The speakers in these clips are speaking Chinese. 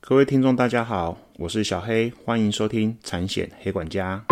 各位听众大家好，我是小黑，欢迎收听产险黑管家。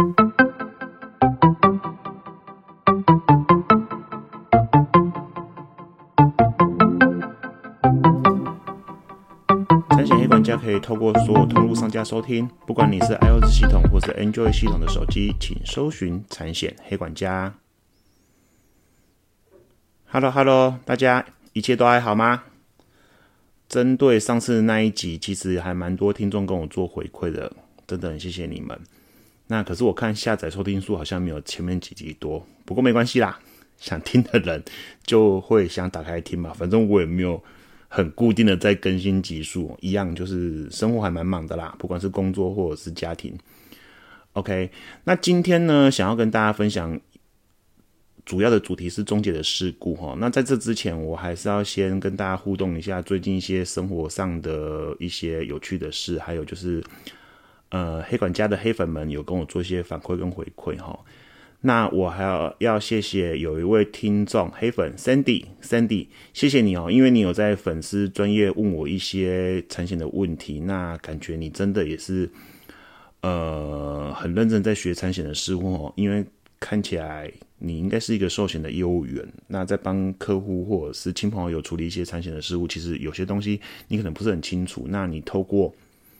产险黑管家可以透过所有通路上架收听，不管你是 iOS 系统或是 Android 系统的手机，请搜寻产险黑管家。Hello， 大家一切都还好吗？针对上次那一集，其实还蛮多听众跟我做回馈的，真的很谢谢你们。那可是我看下载收听数好像没有前面几集多，不过没关系啦，想听的人就会想打开听嘛，反正我也没有很固定的在更新集数，一样就是生活还蛮忙的啦，不管是工作或者是家庭。OK， 那今天呢，想要跟大家分享主要的主题是终结的事故。那在这之前，我还是要先跟大家互动一下最近一些生活上的一些有趣的事，还有就是黑管家的黑粉们有跟我做一些反馈跟回馈。那我还要谢谢有一位听众黑粉 Sandy， 谢谢你因为你有在粉丝专页问我一些产险的问题，那感觉你真的也是很认真在学产险的事物因为看起来你应该是一个寿险的业务员，那在帮客户或者是亲朋好友处理一些产险的事务，其实有些东西你可能不是很清楚，那你透过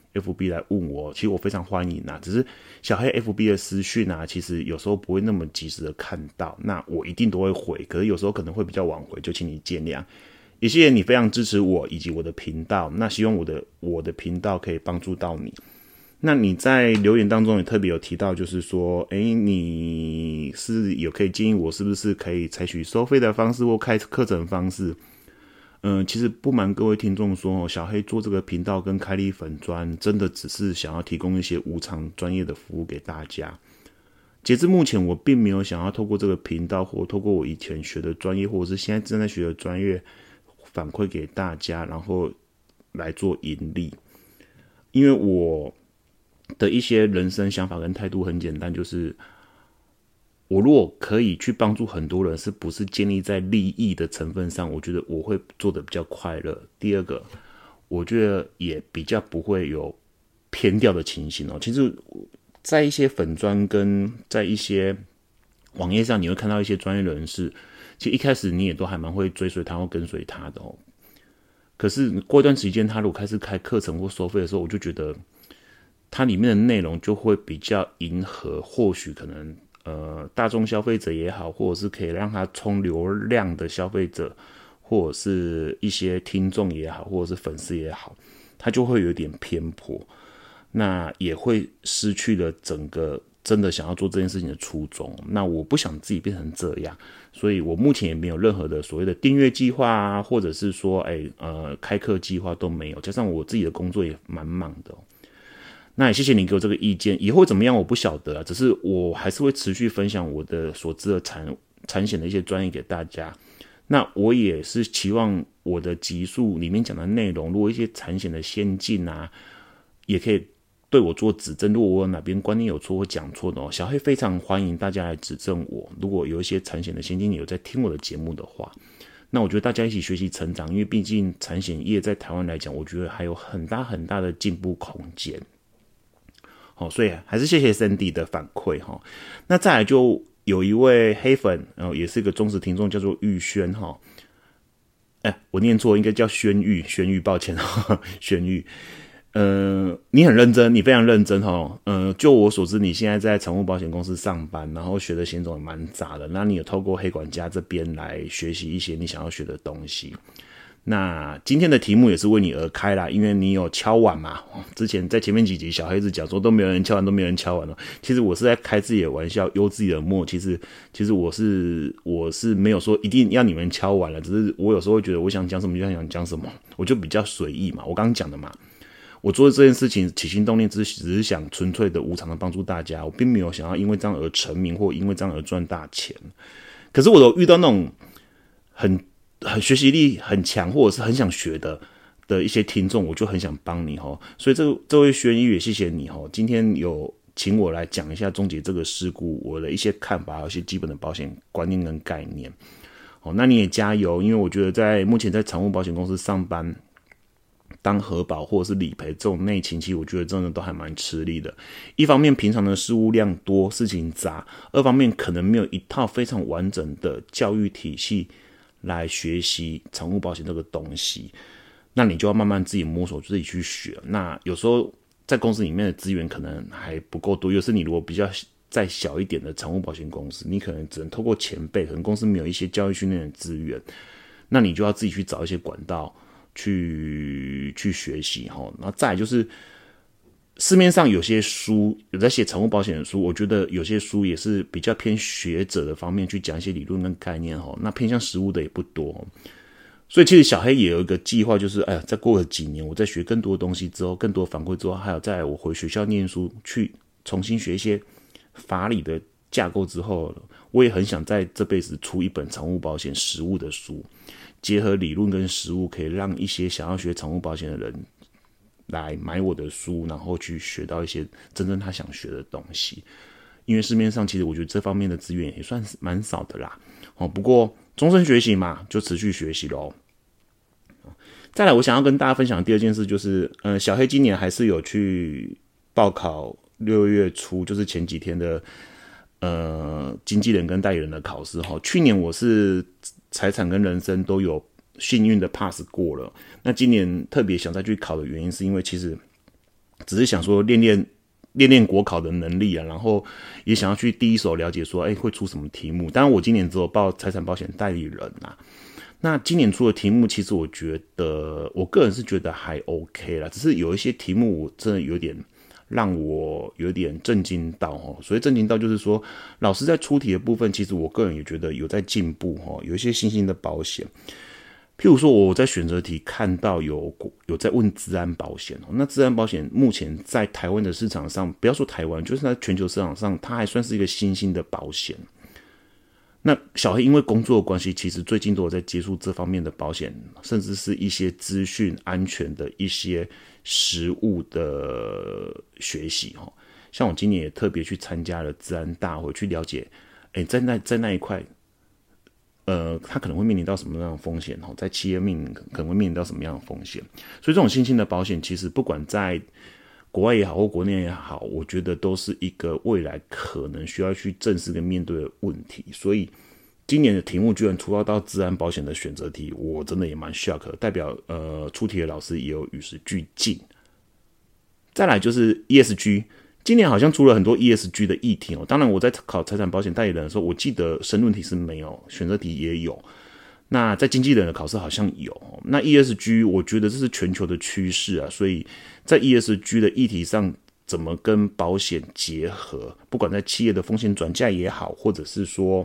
FB 来问我，其实我非常欢迎只是小黑 FB 的私讯其实有时候不会那么及时的看到，那我一定都会回，可是有时候可能会比较晚回，就请你见谅。也谢谢你非常支持我以及我的频道，那希望我的频道可以帮助到你。那你在留言当中也特别有提到，就是说你是有可以建议我是不是可以采取收费的方式或开课程方式。其实不瞒各位听众说小黑做这个频道跟开立粉专真的只是想要提供一些无偿专业的服务给大家。截至目前我并没有想要透过这个频道或透过我以前学的专业或者是现在正在学的专业反馈给大家，然后来做盈利。因为我的一些人生想法跟态度很简单，就是我如果可以去帮助很多人，是不是建立在利益的成分上，我觉得我会做得比较快乐。第二个，我觉得也比较不会有偏掉的情形其实在一些粉专跟在一些网页上，你会看到一些专业人士，其实一开始你也都还蛮会追随他或跟随他的可是过一段时间，他如果开始开课程或收费的时候，我就觉得它里面的内容就会比较迎合，或许可能大众消费者也好，或者是可以让他冲流量的消费者，或者是一些听众也好，或者是粉丝也好，他就会有点偏颇，那也会失去了整个真的想要做这件事情的初衷。那我不想自己变成这样，所以我目前也没有任何的所谓的订阅计划或者是说开课计划都没有，加上我自己的工作也蛮忙的那也谢谢你给我这个意见，以后怎么样我不晓得只是我还是会持续分享我的所知的产险的一些专业给大家。那我也是期望我的集数里面讲的内容，如果一些产险的先进也可以对我做指正，如果我哪边观念有错或讲错的小黑非常欢迎大家来指正我。如果有一些产险的先进有在听我的节目的话，那我觉得大家一起学习成长，因为毕竟产险业在台湾来讲，我觉得还有很大很大的进步空间。所以还是谢谢 Sandy 的反馈那再来就有一位黑粉也是一个忠实听众，叫做玉轩我念错，应该叫轩玉，抱歉轩玉。你很认真，你非常认真就我所知，你现在在产物保险公司上班，然后学的险种也蛮杂的，那你有透过黑管家这边来学习一些你想要学的东西。那今天的题目也是为你而开啦，因为你有敲碗嘛之前在前面几集小黑子讲说都没有人敲碗其实我是在开自己的玩笑，悠自己的默，其实我是没有说一定要你们敲碗了，只是我有时候会觉得我想讲什么就想讲什么，我就比较随意嘛。我刚刚讲的嘛，我做这件事情起心动念只是想纯粹的无偿的帮助大家，我并没有想要因为这样而成名或因为这样而赚大钱。可是我有遇到那种很学习力很强或者是很想学的一些听众，我就很想帮你所以这位轩玉也谢谢你今天有请我来讲一下终结这个事故我的一些看法，还有一些基本的保险观念跟概念那你也加油，因为我觉得目前在产物保险公司上班当核保或者是理赔这种内勤，其实我觉得真的都还蛮吃力的。一方面平常的事务量多，事情杂；二方面可能没有一套非常完整的教育体系来学习产物保险这个东西，那你就要慢慢自己摸索，自己去学。那有时候在公司里面的资源可能还不够多，尤其是你如果比较再小一点的产物保险公司，你可能只能透过前辈，可能公司没有一些教育训练的资源，那你就要自己去找一些管道去学习。然后再来就是市面上有些书有在写产物保险的书，我觉得有些书也是比较偏学者的方面去讲一些理论跟概念，那偏向实务的也不多。所以其实小黑也有一个计划，就是再过个几年，我再学更多的东西之后，更多的反馈之后，还有再来我回学校念书，去重新学一些法理的架构之后，我也很想在这辈子出一本产物保险实务的书，结合理论跟实务，可以让一些想要学产物保险的人来买我的书，然后去学到一些真正他想学的东西。因为市面上其实我觉得这方面的资源也算是蛮少的啦。不过终身学习嘛，就持续学习咯。再来我想要跟大家分享的第二件事就是小黑今年还是有去报考6月初就是前几天的经纪人跟代理人的考试。去年我是财产跟人身都有幸运的 pass 过了，那今年特别想再去考的原因是因为其实只是想说练练国考的能力啊，然后也想要去第一手了解说会出什么题目。当然我今年只有报财产保险代理人啊，那今年出的题目其实我觉得我个人是觉得还 OK 啦，只是有一些题目我真的有点让我有点震惊到。所以震惊到就是说老师在出题的部分，其实我个人也觉得有在进步，有一些新兴的保险。譬如说我在选择题看到有在问资安保险，那资安保险目前在台湾的市场上，不要说台湾，就是在全球市场上它还算是一个新兴的保险。那小黑因为工作的关系，其实最近都有在接触这方面的保险，甚至是一些资讯安全的一些实务的学习。像我今年也特别去参加了资安大会，去了解在那一块它可能会面临到什么样的风险，在企业可能会面临到什么样的风险。所以这种新兴的保险其实不管在国外也好或国内也好，我觉得都是一个未来可能需要去正视跟面对的问题。所以今年的题目居然出到资安保险的选择题，我真的也蛮 shock 的，代表出题的老师也有与时俱进。再来就是 ESG，今年好像出了很多 ESG 的议题。当然我在考财产保险代理人的时候，我记得申论题是没有，选择题也有。那在经纪人的考试好像有。那 ESG 我觉得这是全球的趋势啊，所以在 ESG 的议题上怎么跟保险结合，不管在企业的风险转嫁也好，或者是说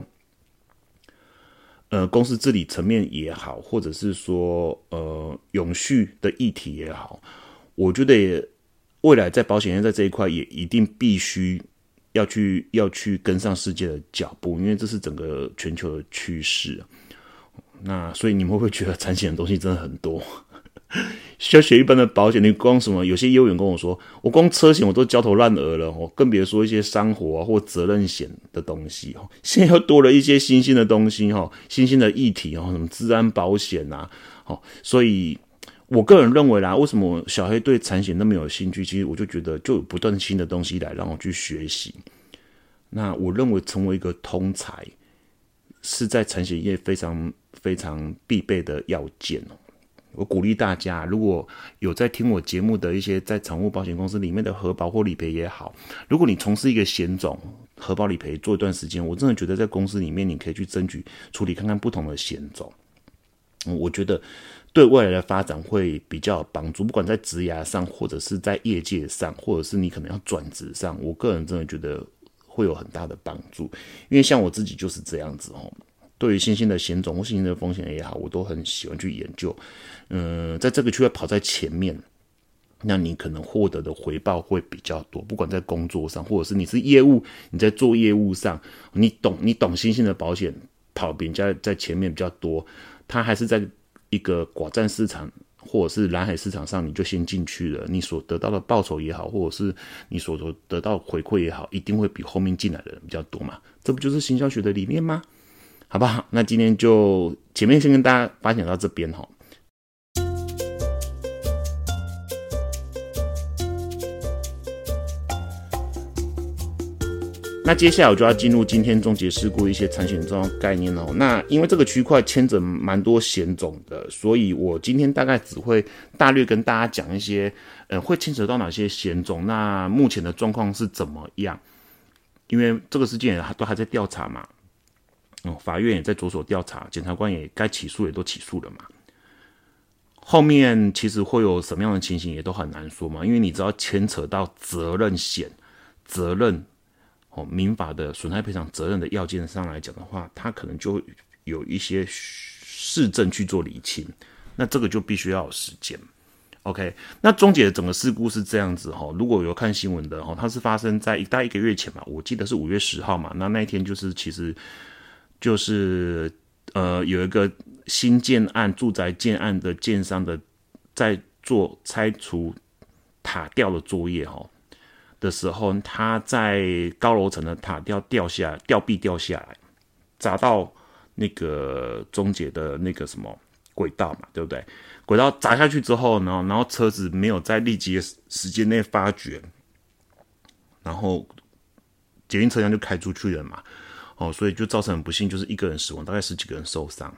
公司治理层面也好，或者是说永续的议题也好，我觉得未来在保险业在这一块也一定必须要去跟上世界的脚步，因为这是整个全球的趋势。那所以你们会不会觉得产险的东西真的很多？需要学一般的保险，你光什么？有些业务员跟我说，我光车险我都焦头烂额了，更别说一些伤活啊或责任险的东西。现在又多了一些新兴的东西，新兴的议题，什么资安保险啊。所以我个人认为啦，为什么小黑对产险那么有兴趣？其实我就觉得就有不断新的东西来让我去学习。那我认为成为一个通才是在产险业非常非常必备的要件。我鼓励大家，如果有在听我节目的一些在产物保险公司里面的核保或理赔也好，如果你从事一个险种核保理赔做一段时间，我真的觉得在公司里面你可以去争取处理看看不同的险种。我觉得对未来的发展会比较有帮助，不管在职涯上或者是在业界上，或者是你可能要转职上，我个人真的觉得会有很大的帮助。因为像我自己就是这样子，对于新兴的险种或新兴的风险也好，我都很喜欢去研究。在这个区块跑在前面，那你可能获得的回报会比较多，不管在工作上，或者是你是业务，你在做业务上，你懂新兴的保险，跑别人家在前面比较多，它还是在一个寡占市场或者是蓝海市场上，你就先进去了，你所得到的报酬也好，或者是你所得到回馈也好，一定会比后面进来的人比较多嘛，这不就是行销学的理念吗？好不好？那今天就前面先跟大家分享到这边。 那接下来我就要进入今天终结事故的一些产险重要概念哦。那因为这个区块牵着蛮多险种的，所以我今天大概只会大略跟大家讲一些，会牵扯到哪些险种，那目前的状况是怎么样？因为这个事件都还在调查嘛，法院也在着手调查，检察官也该起诉也都起诉了嘛。后面其实会有什么样的情形也都很难说嘛，因为你只要牵扯到责任险、责任民法的损害赔偿责任的要件上来讲的话，它可能就有一些事证去做厘清，那这个就必须要有时间。OK， 那终结的整个事故是这样子哈，如果有看新闻的哈，它是发生在大概1个月前嘛，我记得是5月10号嘛，那一天其实就是有一个新建案住宅建案的建商的在做拆除塔吊的作业的时候，他在高楼层的塔吊吊臂掉下来，砸到那个终结的那个什么轨道嘛，对不对？轨道砸下去之后呢，然后车子没有在立即的时间内发觉，然后捷运车厢就开出去了嘛，所以就造成很不幸，就是1个人死亡，大概10几个人受伤。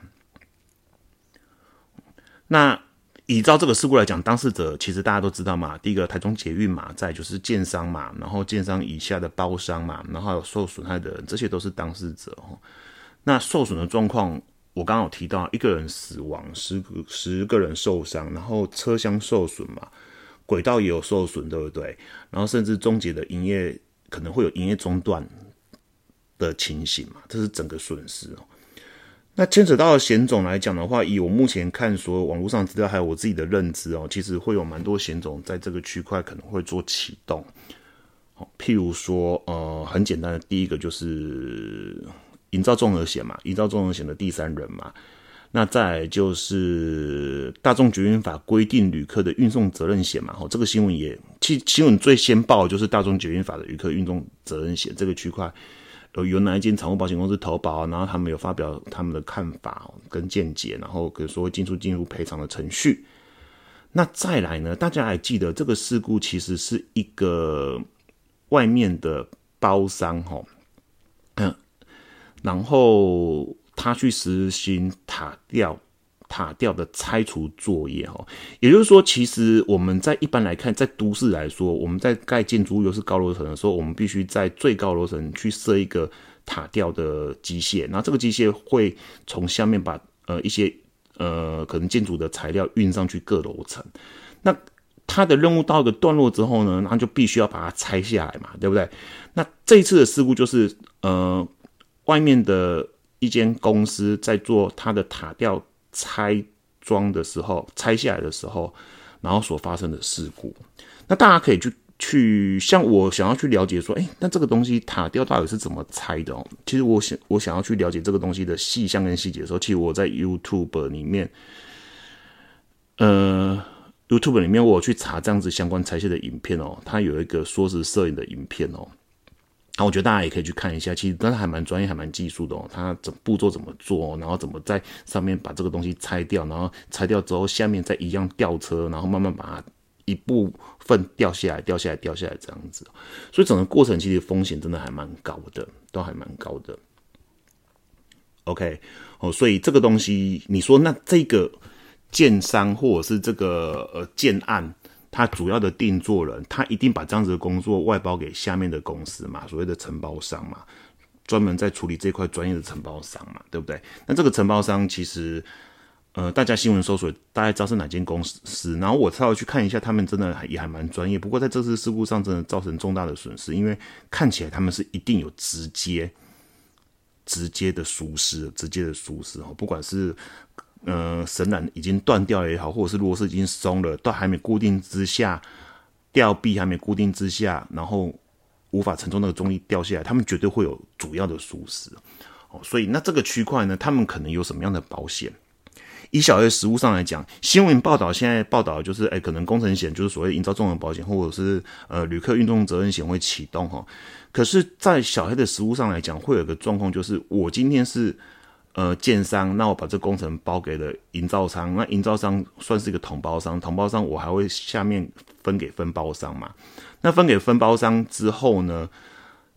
那依照这个事故来讲，当事者其实大家都知道嘛，第一个台中捷运嘛，再就是建商嘛，然后建商以下的包商嘛，然后还有受损害的人，这些都是当事者。那受损的状况，我刚刚有提到1个人死亡，10个人受伤，然后车厢受损嘛，轨道也有受损，对不对？然后甚至终结的营业可能会有营业中断的情形嘛，这是整个损失。那牵扯到的险种来讲的话，以我目前看所有网络上资料还有我自己的认知其实会有蛮多险种在这个区块可能会做启动。譬如说很简单的，第一个就是营造综合险嘛，营造综合险的第三人嘛。那再来就是大众捷运法规定旅客的运送责任险嘛，这个新闻其实新闻最先报的就是大众捷运法的旅客运送责任险这个区块。有哪一间产物保险公司投保，然后他们有发表他们的看法跟见解，然后可以说进入赔偿的程序。那再来呢，大家还记得这个事故其实是一个外面的包商然后他去实行塔吊的拆除作业也就是说，其实我们在一般来看，在都市来说，我们在盖建筑物又是高楼层的时候，我们必须在最高楼层去设一个塔吊的机械，然后这个机械会从下面把一些可能建筑的材料运上去各楼层。那它的任务到一个段落之后呢，那就必须要把它拆下来嘛，对不对？那这一次的事故就是外面的一间公司在做它的塔吊拆装的时候，拆下来的时候，然后所发生的事故。那大家可以去像我想要去了解说，那这个东西塔吊到底是怎么拆的其实我想要去了解这个东西的细项跟细节的时候，其实我在 YouTube 里面我有去查这样子相关拆卸的影片它有一个缩时摄影的影片我觉得大家也可以去看一下，其实但是还蛮专业还蛮技术的它步骤怎么做然后怎么在上面把这个东西拆掉，然后拆掉之后下面再一样吊车，然后慢慢把它一部分掉下来这样子。所以整个过程其实风险真的还蛮高的，都还蛮高的。OK 所以这个东西你说那这个建商或者是这个建案他主要的定作人，他一定把这样子的工作外包给下面的公司嘛，所谓的承包商嘛，专门在处理这块专业的承包商嘛，对不对？那这个承包商其实大家新闻搜索大概知道是哪间公司，然后我稍微去看一下，他们真的也还蛮专业。不过在这次事故上真的造成重大的损失，因为看起来他们是一定有直接的疏失，不管是绳缆已经断掉也好，或者是螺丝已经松了，都还没固定之下，吊臂还没固定之下，然后无法承受那个重力掉下来，他们绝对会有主要的疏失。所以那这个区块呢，他们可能有什么样的保险？以小黑实务上来讲，新闻报道现在报道就是可能工程险就是所谓营造综合保险，或者是旅客运动责任险会启动可是在小黑的实务上来讲，会有一个状况，就是我今天是建商，那我把这工程包给了营造商，那营造商算是一个统包商，我还会下面分给分包商嘛。那分给分包商之后呢，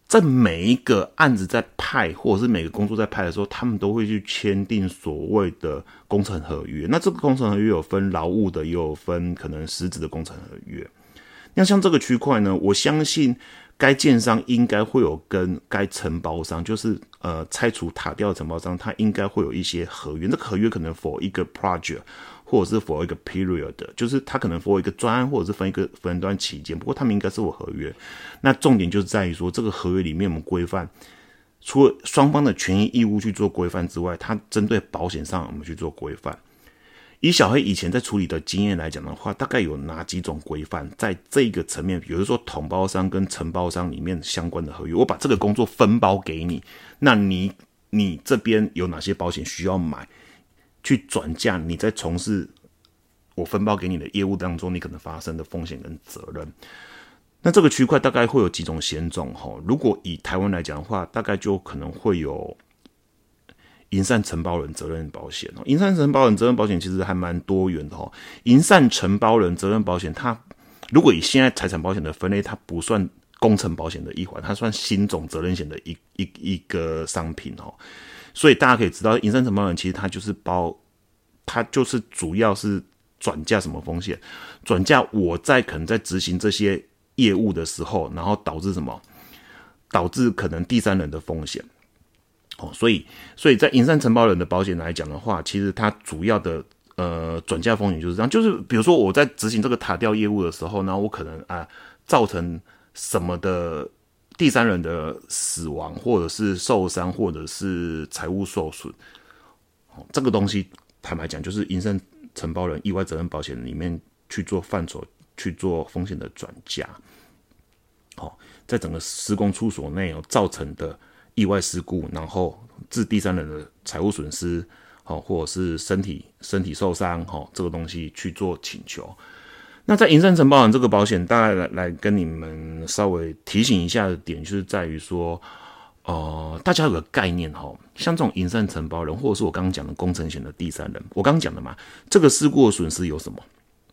在每一个案子在派，或者是每个工作在派的时候，他们都会去签订所谓的工程合约。那这个工程合约有分劳务的，也有分可能实质的工程合约。那像这个区块呢，我相信该建商应该会有跟该承包商，就是拆除塔吊的承包商，他应该会有一些合约。这个合约可能 for 一个 project， 或者是 for 一个 period， 就是他可能 for 一个专案，或者是分一个分段期间。不过他们应该是有合约。那重点就是在于说，这个合约里面我们规范，除了双方的权益义务去做规范之外，它针对保险上我们去做规范。以小黑以前在处理的经验来讲的话，大概有哪几种规范在这个层面，比如说统包商跟承包商里面相关的合约，我把这个工作分包给你，那你这边有哪些保险需要买，去转嫁你在从事我分包给你的业务当中你可能发生的风险跟责任。那这个区块大概会有几种险种，如果以台湾来讲的话，大概就可能会有营缮承包人责任保险。营缮承包人责任保险其实还蛮多元的。营缮承包人责任保险，它如果以现在财产保险的分类，它不算工程保险的一环，它算新种责任险的一个商品。所以大家可以知道，营缮承包人其实它就是主要是转嫁什么风险？转嫁我可能在执行这些业务的时候，然后导致什么？导致可能第三人的风险。所以在营缮承包人的保险来讲的话，其实它主要的转嫁风险就是这样，就是比如说我在执行这个塔吊业务的时候，然后我可能造成什么的第三人的死亡，或者是受伤，或者是财务受损，这个东西坦白讲就是营缮承包人意外责任保险里面去做范畴，去做风险的转嫁。在整个施工处所内造成的意外事故，然后致第三人的财务损失，或者是身体受伤，这个东西去做请求。那在营缮承包人这个保险，大概来跟你们稍微提醒一下的点，就是在于说，大家有个概念，像这种营缮承包人，或者是我刚刚讲的工程险的第三人，我刚刚讲的嘛，这个事故的损失有什么？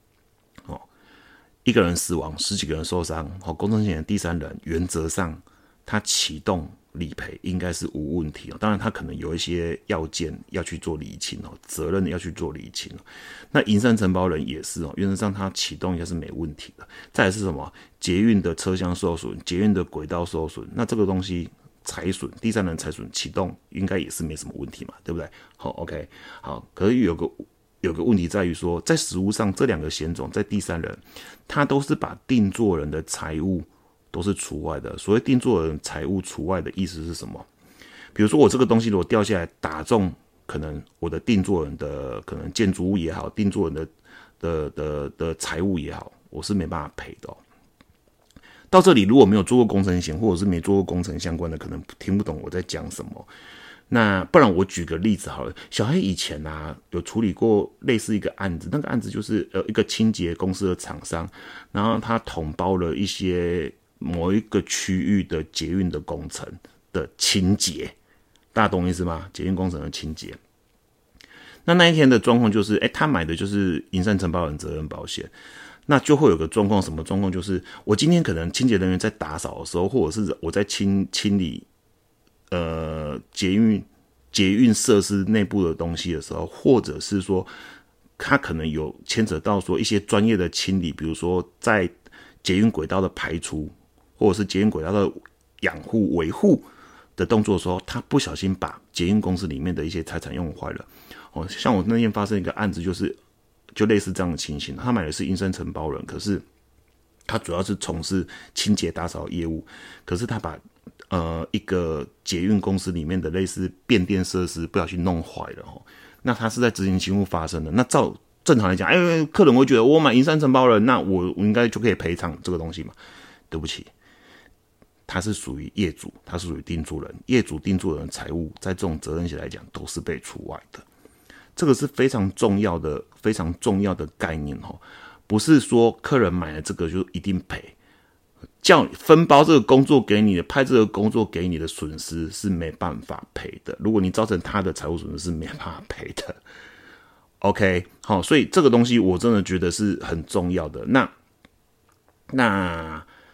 一个人死亡，10几个人受伤，工程险的第三人原则上他启动理赔应该是无问题。当然他可能有一些要件要去做厘清，责任要去做厘清。那营缮承包人也是，原则上他启动应该是没问题的。再来是什么？捷运的车厢受损，捷运的轨道受损，那这个东西财损，第三人财损启动应该也是没什么问题嘛，对不对？好 ，OK， 好。可是有个问题在于说，在实务上这两个险种在第三人，他都是把定作人的财务都是除外的。所谓定作人财务除外的意思是什么？比如说我这个东西如果掉下来打中可能我的定作人的可能建筑物也好，定作人的财务也好，我是没办法赔的。到这里如果没有做过工程险，或者是没做过工程相关的，可能听不懂我在讲什么。那不然我举个例子好了，小黑以前有处理过类似一个案子，那个案子就是一个清洁公司的厂商，然后他统包了一些某一个区域的捷运的工程的清洁，大家懂意思吗？捷运工程的清洁。那一天的状况就是，他买的就是营缮承包人责任保险，那就会有个状况，什么状况？就是我今天可能清洁人员在打扫的时候，或者是我在清理捷运设施内部的东西的时候，或者是说它可能有牵扯到说一些专业的清理，比如说在捷运轨道的排除，或者是捷运轨道的养护维护的动作的时候，他不小心把捷运公司里面的一些财产用坏了。像我那天发生一个案子，就类似这样的情形，他买的是营缮承包人，可是他主要是从事清洁打扫业务，可是他把一个捷运公司里面的类似变电设施不小心弄坏了。那他是在执行期间发生的。那照正常来讲，客人会觉得我买营缮承包人，那我应该就可以赔偿这个东西嘛？对不起，他是属于业主，他是属于定作人，业主定作人的财务在这种责任险来讲都是被除外的。这个是非常重要的概念，不是说客人买了这个就一定赔。叫你分包这个工作给你的，派这个工作给你的损失是没办法赔的。如果你造成他的财务损失是没办法赔的。OK， 好，所以这个东西我真的觉得是很重要的。那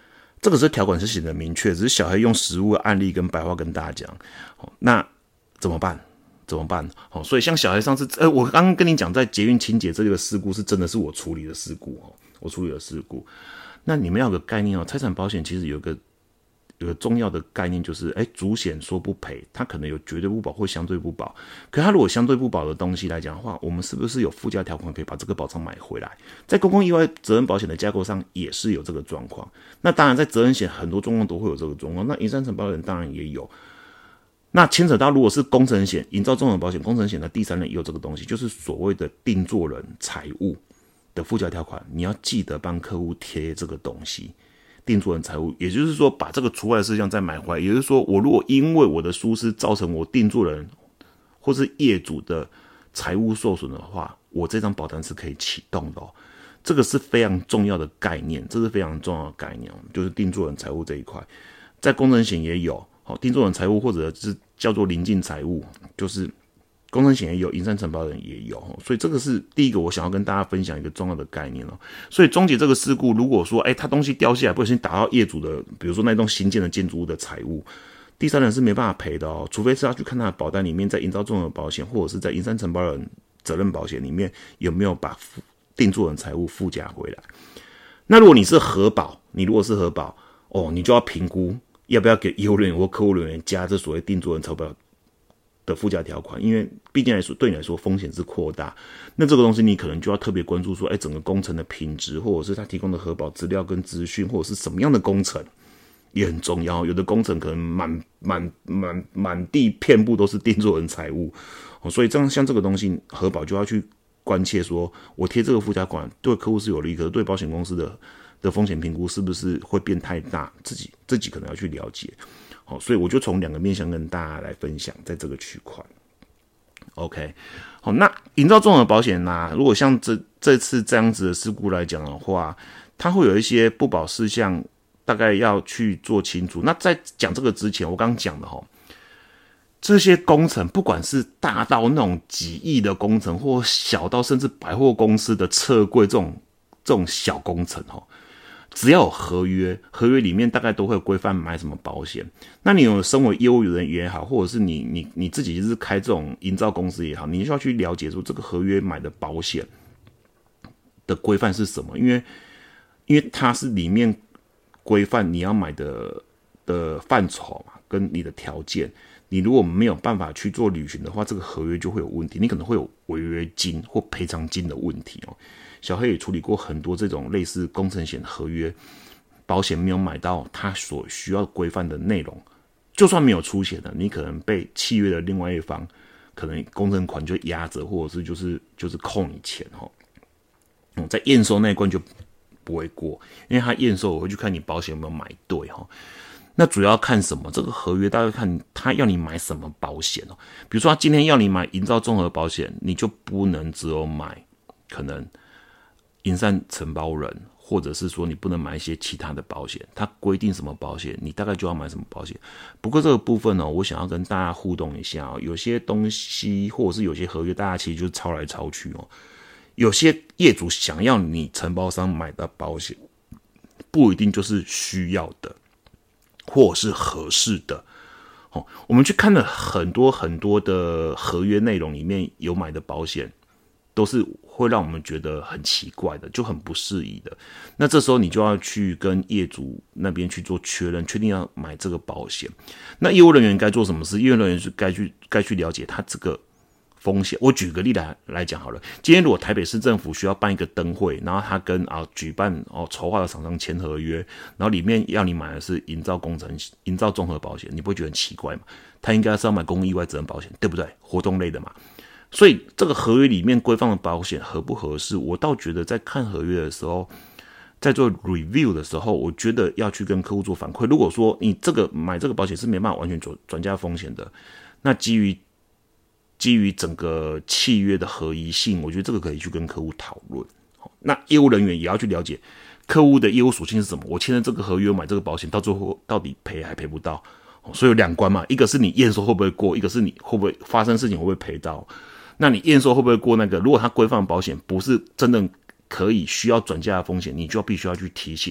这个是条款是写的明确，只是小黑用实物的案例跟白话跟大家讲。那怎么办？所以像小黑上次，我刚刚跟你讲，在捷运清洁这个事故是真的是我处理的事故。那你们要有个概念财产保险其实有个重要的概念，就是主险说不赔，它可能有绝对不保或相对不保。可它如果相对不保的东西来讲的话，我们是不是有附加条款可以把这个保障买回来？在公共意外责任保险的架构上也是有这个状况。那当然在责任险很多状况都会有这个状况，那营山承包人当然也有。那牵扯到如果是工程险、营造综合保险、工程险的第三人也有这个东西，就是所谓的定作人财务的附加条款，你要记得帮客户贴这个东西。定作人财务，也就是说把这个除外的事项再买回来，也就是说我如果因为我的疏失造成我定作人或是业主的财务受损的话，我这张保单是可以启动的这个是非常重要的概念，就是定作人财务这一块，在工程险也有定作人财务或者是叫做临近财务，就是工程险也有，营山承包人也有，所以这个是第一个我想要跟大家分享一个重要的概念所以终结这个事故，如果说他东西掉下来不小心打到业主的，比如说那栋新建的建筑物的财务，第三人是没办法赔的除非是要去看他的保单里面在营造综合保险或者是在营山承包人责任保险里面有没有把定作人财务附加回来。那如果你是核保，你就要评估要不要给业务人员或客户人员加这所谓定作人财务的附加条款，因为毕竟来说对你来说风险是扩大，那这个东西你可能就要特别关注说整个工程的品质，或者是他提供的核保资料跟资讯，或者是什么样的工程也很重要。有的工程可能满地遍布都是定作人财务所以像这个东西核保就要去关切说我贴这个附加款对客户是有利，可是对保险公司的风险评估是不是会变太大，自己可能要去了解所以我就从两个面向跟大家来分享在这个区块。OK， 那营造综合保险如果像这次这样子的事故来讲的话，它会有一些不保事项，大概要去做清楚。那在讲这个之前，我刚刚讲的这些工程不管是大到那种几亿的工程，或小到甚至百货公司的车柜这种小工程只要有合约里面大概都会有规范买什么保险。那你有身为业务人也好，或者是你自己是开这种营造公司也好，你需要去了解说这个合约买的保险的规范是什么，因为它是里面规范你要买的范畴嘛，跟你的条件。你如果没有办法去做履行的话，这个合约就会有问题，你可能会有违约金或赔偿金的问题小黑也处理过很多这种类似工程险合约，保险没有买到他所需要规范的内容，就算没有出险的，你可能被契约的另外一方可能工程款就压着，或者是就是扣你钱在验收那一关就不会过，因为他验收我会去看你保险有没有买对那主要看什么？这个合约大概看他要你买什么保险比如说他今天要你买营造综合保险，你就不能只有买可能营山承包人，或者是说你不能买一些其他的保险，他规定什么保险你大概就要买什么保险。不过这个部分我想要跟大家互动一下有些东西或者是有些合约大家其实就是抄来抄去有些业主想要你承包商买的保险不一定就是需要的或是合适的我们去看了很多很多的合约内容里面有买的保险都是会让我们觉得很奇怪的，就很不适宜的。那这时候你就要去跟业主那边去做确认，确定要买这个保险。那业务人员该做什么事？业务人员是该去了解他这个风险。我举个例来讲好了，今天如果台北市政府需要办一个灯会，然后他跟举办筹划的厂商签合约，然后里面要你买的是营造综合保险，你不会觉得很奇怪吗？他应该是要买公共意外责任保险，对不对？活动类的嘛。所以这个合约里面规范的保险合不合适，我倒觉得在看合约的时候，在做 review 的时候，我觉得要去跟客户做反馈。如果说你买这个保险是没办法完全转嫁风险的，那基于整个契约的合宜性，我觉得这个可以去跟客户讨论。那业务人员也要去了解客户的业务属性是什么，我签了这个合约买这个保险，到最后到底赔还赔不到。所以有两关嘛，一个是你验收会不会过，一个是你会不会发生事情会不会赔到。那你验收会不会过那个？如果他规范保险不是真的可以需要转嫁的风险，你就必须要去提醒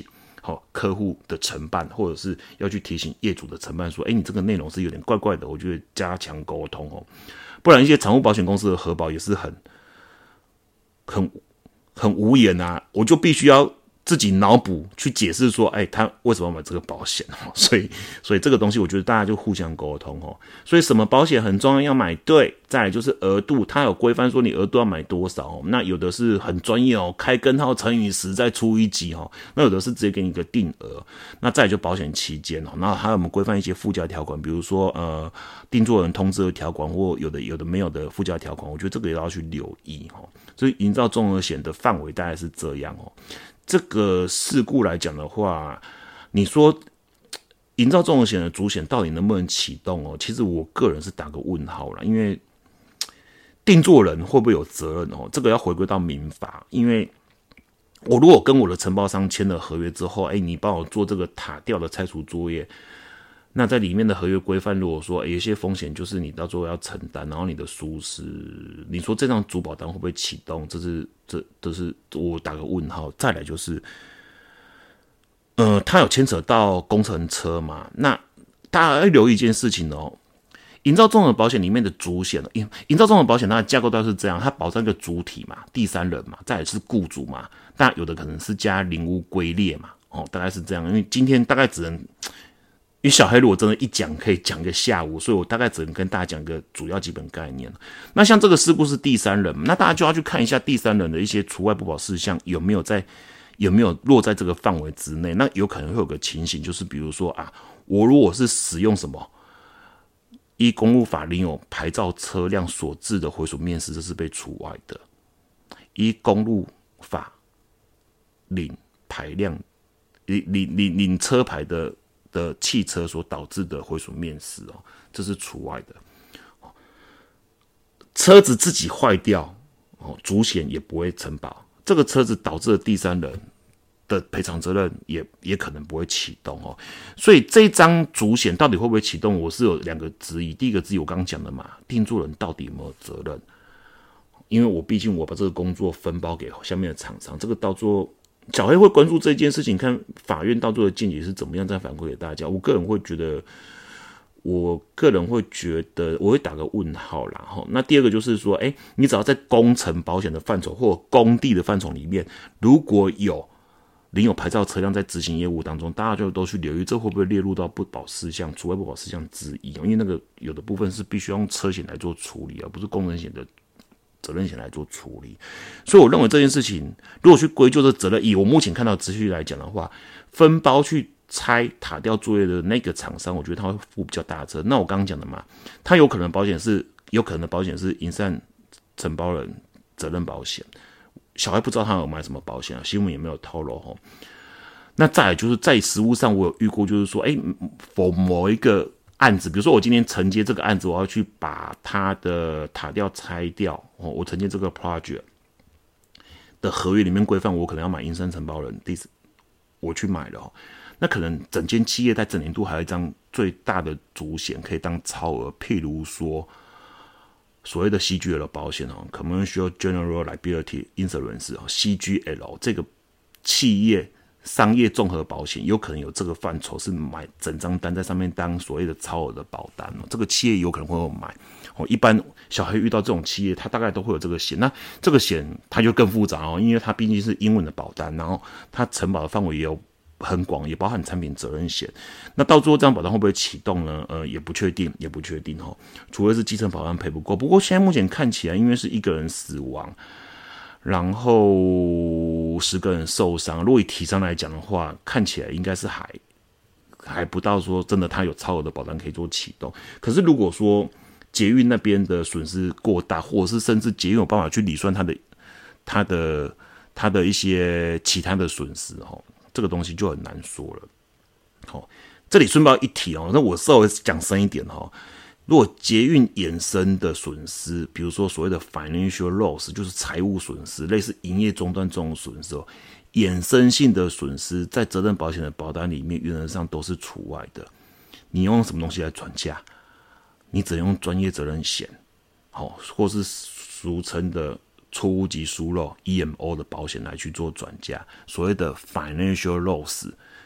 客户的承办，或者是要去提醒业主的承办说，你这个内容是有点怪怪的，我觉得加强沟通不然一些产物保险公司的核保也是很无言啊，我就必须要自己脑补去解释说，他为什么要买这个保险所以这个东西我觉得大家就互相沟通所以什么保险很重要，要买对。再来就是额度，它有规范说你额度要买多少那有的是很专业开根号乘以10再除以几那有的是直接给你一个定额。那再来就保险期间然后还有我们规范一些附加条款，比如说定作人通知的条款或有的没有的附加条款，我觉得这个也要去留意所以营造综合险的范围大概是这样这个事故来讲的话，你说营造综合险的主险到底能不能启动其实我个人是打个问号啦，因为定作人会不会有责任这个要回归到民法。因为我如果跟我的承包商签了合约之后，你帮我做这个塔吊的拆除作业，那在里面的合约规范，如果说有一些风险就是你到最后要承担，然后你的疏失，你说这张主保单会不会启动？这是我打个问号。再来就是，它有牵扯到工程车嘛？那大家要留意一件事情营造综合保险里面的主险，营造综合保险它的架构大概是这样，它保障一个主体嘛，第三人嘛，再来是雇主嘛，但有的可能是加灵屋龟裂嘛，大概是这样。因为今天大概只能，因为小黑如果真的一讲可以讲一个下午，所以我大概只能跟大家讲个主要基本概念。那像这个事故是第三人，那大家就要去看一下第三人的一些除外不保事项有没有落在这个范围之内。那有可能会有个情形，就是比如说我如果是使用什么依公路法领有牌照车辆所致的毁损面失，这是被除外的。依公路法领车牌的汽车所导致的毁损面失这是除外的。车子自己坏掉主险也不会承保，这个车子导致的第三人的赔偿责任也可能不会启动所以这张主险到底会不会启动，我是有两个质疑。第一个质疑我刚刚讲的嘛，定作人到底有没有责任？因为毕竟我把这个工作分包给下面的厂商，这个到最后小黑会关注这件事情，看法院到最后的见解是怎么样，再反馈给大家。我个人会觉得我会打个问号啦那第二个就是说，你只要在工程保险的范畴或工地的范畴里面，如果有领有牌照车辆在执行业务当中，大家就都去留意，这会不会列入到不保事项、除外不保事项之一？因为那个有的部分是必须用车险来做处理，而不是工程险的责任险来做处理。所以我认为这件事情，如果去归咎这责任，以我目前看到的资讯来讲的话，分包去拆塔吊作业的那个厂商，我觉得他会负比较大的责任。那我刚刚讲的嘛，他有可能的保险是营缮承包人责任保险。小孩不知道他有买什么保险新闻也没有透露那再来就是在实务上，我有遇过，就是说，某一个案子，比如说我今天承接这个案子，我要去把他的塔吊拆掉我承接这个 project 的合约里面规范，我可能要买营缮承包人，我去买了那可能整间企业在整年度还有一张最大的主险可以当超额，譬如说所谓的 CGL 保险Commercial General Liability Insurance CGL 这个企业商业综合保险有可能有这个范畴，是买整张单在上面当所谓的超额的保单这个企业有可能会有买一般小黑遇到这种企业，他大概都会有这个险。那这个险它就更复杂因为它毕竟是英文的保单，然后它承保的范围也有很广，也包含产品责任险。那到最后这张保单会不会启动呢？也不确定除非是基层保单赔不够。不过现在目前看起来，因为是一个人死亡，然后10个人受伤，如果以体伤来讲的话，看起来应该是还不到说真的他有超额的保单可以做启动。可是如果说捷运那边的损失过大，或者是甚至捷运有办法去理算他的一些其他的损失这个东西就很难说了。这里顺便一提那我稍微讲深一点如果捷运衍生的损失，比如说所谓的 financial loss， 就是财务损失，类似营业中断这种损失衍生性的损失，在责任保险的保单里面原则上都是除外的。你用什么东西来转嫁？你只能用专业责任险或是俗称的错误及疏漏 EMO 的保险来去做转嫁。所谓的 financial loss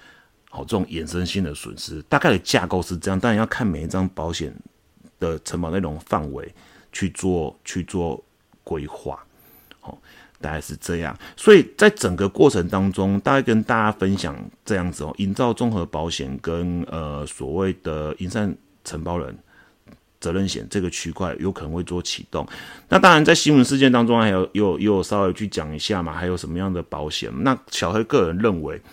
这种衍生性的损失，大概的架构是这样，当然要看每一张保险的承保内容范围去做规划，大概是这样。所以在整个过程当中，大概跟大家分享这样子营造综合保险跟所谓的营缮承包人责任险这个区块有可能会做启动。那当然在新闻事件当中还有稍微去讲一下嘛，还有什么样的保险。那小黑个人认为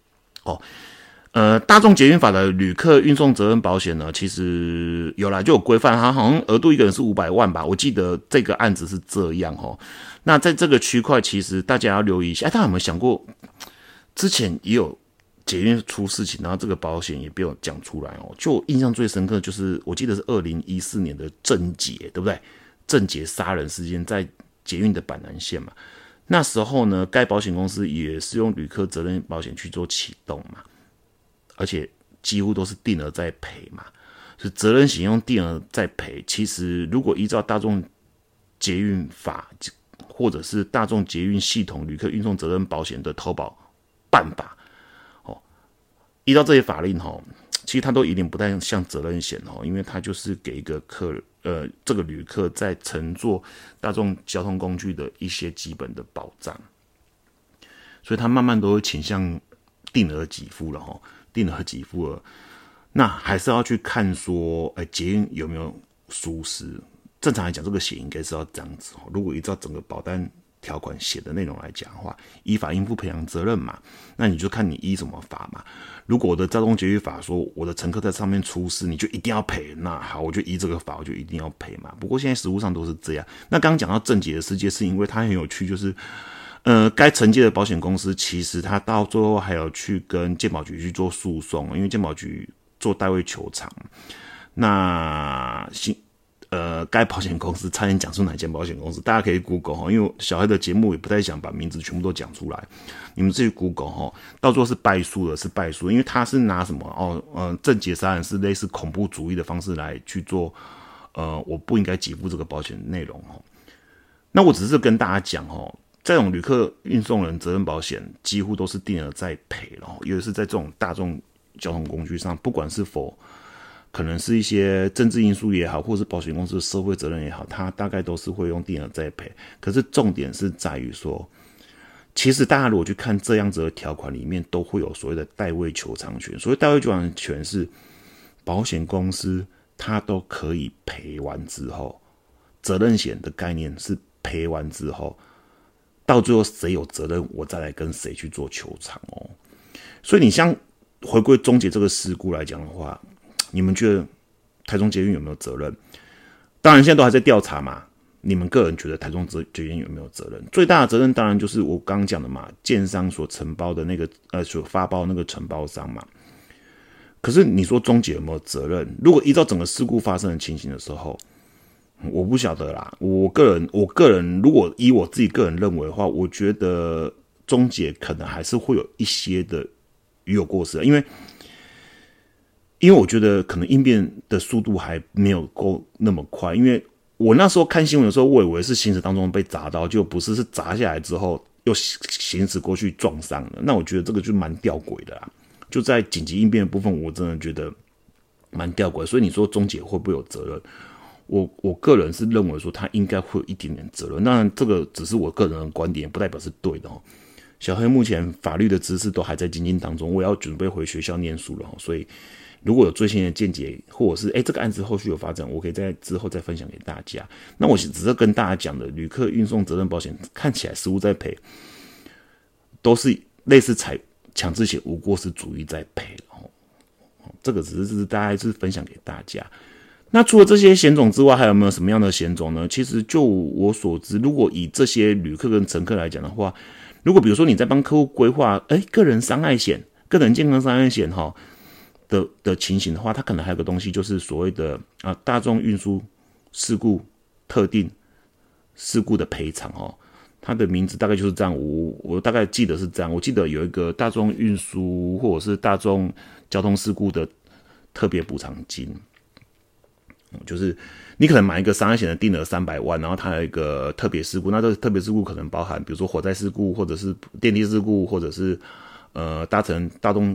大众捷运法的旅客运送责任保险呢，其实有啦，就有规范，它好像额度一个人是500万吧，我记得这个案子是这样那在这个区块，其实大家要留意一下。大家有没有想过，之前也有捷运出事情，然后这个保险也被我讲出来就我印象最深刻就是，我记得是2014年的郑捷，对不对？郑捷杀人事件在捷运的板南线嘛，那时候呢，该保险公司也是用旅客责任保险去做启动嘛。而且几乎都是定额在赔嘛，所以责任险用定额在赔。其实如果依照大众捷运法或者是大众捷运系统旅客运送责任保险的投保办法，依照这些法令其实它都有点不太像责任险因为它就是给一个这个旅客在乘坐大众交通工具的一些基本的保障，所以它慢慢都会倾向定额给付了定额给付了，那还是要去看说，捷运有没有疏失。正常来讲，这个险应该是要这样子如果依照整个保单条款写的内容来讲的话，依法应负赔偿责任嘛，那你就看你依什么法嘛。如果我的交通捷运法说我的乘客在上面出事，你就一定要赔，那好，我就依这个法，我就一定要赔嘛。不过现在实务上都是这样。那刚刚讲到郑捷的世界，是因为它很有趣，就是该承接的保险公司，其实他到最后还有去跟健保局去做诉讼，因为健保局做代位求偿。那该保险公司差点讲出哪间保险公司，大家可以 Google 因为小黑的节目也不太想把名字全部都讲出来，你们自己 Google 到最后是败诉的，因为他是拿什么郑捷杀人是类似恐怖主义的方式来去做我不应该给付这个保险内容那我只是跟大家讲这种旅客运送人责任保险几乎都是定额在赔尤其是在这种大众交通工具上，不管是否可能是一些政治因素也好，或是保险公司的社会责任也好，它大概都是会用定额在赔。可是重点是在于说，其实大家如果去看这样子的条款里面，都会有所谓的代位求偿权。所谓代位求偿权是保险公司它都可以赔完之后，责任险的概念是赔完之后，到最后谁有责任，我再来跟谁去做求偿所以你像回归终结这个事故来讲的话，你们觉得台中捷运有没有责任？当然现在都还在调查嘛。你们个人觉得台中捷运有没有责任？最大的责任当然就是我刚刚讲的嘛，建商所承包的那个所发包的那个承包商嘛。可是你说中捷有没有责任？如果依照整个事故发生的情形的时候，我不晓得啦。我个人如果以我自己个人认为的话，我觉得中捷可能还是会有一些的与有过失，因为我觉得可能应变的速度还没有够那么快，因为我那时候看新闻的时候，我以为是行驶当中被砸到，就不是砸下来之后又行驶过去撞上了。那我觉得这个就蛮吊诡的啦。就在紧急应变的部分，我真的觉得蛮吊诡。所以你说中捷会不会有责任？我个人是认为说他应该会有一点点责任。当然，这个只是我个人的观点，不代表是对的小黑目前法律的知识都还在精进当中，我也要准备回学校念书了所以如果有最新的见解，或者是这个案子后续有发展，我可以在之后再分享给大家。那我只是跟大家讲的，旅客运送责任保险看起来实务在赔，都是类似强制险无过失主义在赔这个只是大概是分享给大家。那除了这些险种之外，还有没有什么样的险种呢？其实就我所知，如果以这些旅客跟乘客来讲的话，如果比如说你在帮客户规划个人伤害险、个人健康伤害险的情形的话，它可能还有个东西，就是所谓的大众运输事故特定事故的赔偿它的名字大概就是这样，我大概记得是这样。我记得有一个大众运输或者是大众交通事故的特别补偿金，就是你可能买一个伤害险的定额300万，然后它有一个特别事故，那这个特别事故可能包含比如说火灾事故，或者是电梯事故，或者是搭乘大众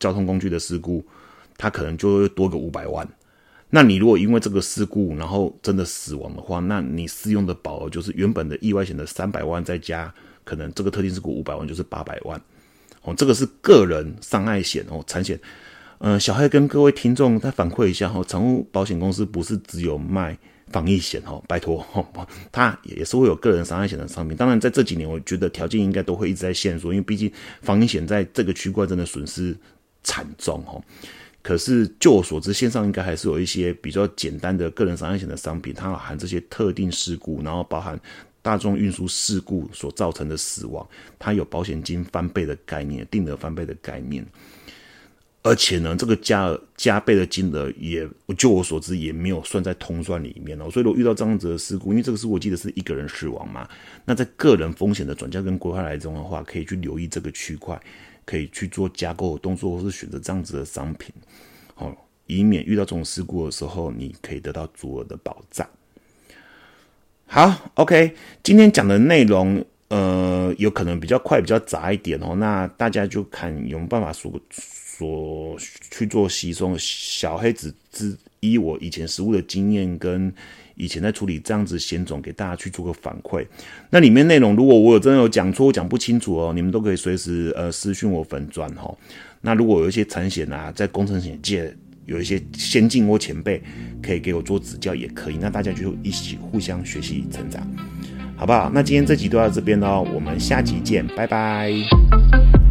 交通工具的事故，它可能就会多个500万。那你如果因为这个事故，然后真的死亡的话，那你适用的保额就是原本的意外险的300万，再加可能这个特定事故500万，就是800万。这个是个人伤害险产险。小黑跟各位听众再反馈一下产物保险公司不是只有卖防疫险拜托它也是会有个人伤害险的商品。当然在这几年我觉得条件应该都会一直在限缩，因为毕竟防疫险在这个区块真的损失惨重可是就我所知，线上应该还是有一些比较简单的个人伤害险的商品，它含这些特定事故，然后包含大众运输事故所造成的死亡，它有保险金翻倍的概念，定额翻倍的概念。而且呢，这个加倍的金额也，就我所知也没有算在通算里面所以如果遇到这样子的事故，因为这个事故我记得是一个人死亡嘛，那在个人风险的转嫁跟规划来中的话，可以去留意这个区块，可以去做加购的动作，或是选择这样子的商品以免遇到这种事故的时候，你可以得到足额的保障。好 OK， 今天讲的内容有可能比较快比较杂一点那大家就看有没有办法所去做吸收。小黑只以我以前实务的经验跟以前在处理这样子险种给大家去做个反馈。那里面内容如果我真的有讲错讲不清楚你们都可以随时私讯我粉专那如果有一些产险在工程险界有一些先进或前辈可以给我做指教也可以，那大家就一起互相学习成长，好不好？那今天这集就到这边我们下集见，拜拜。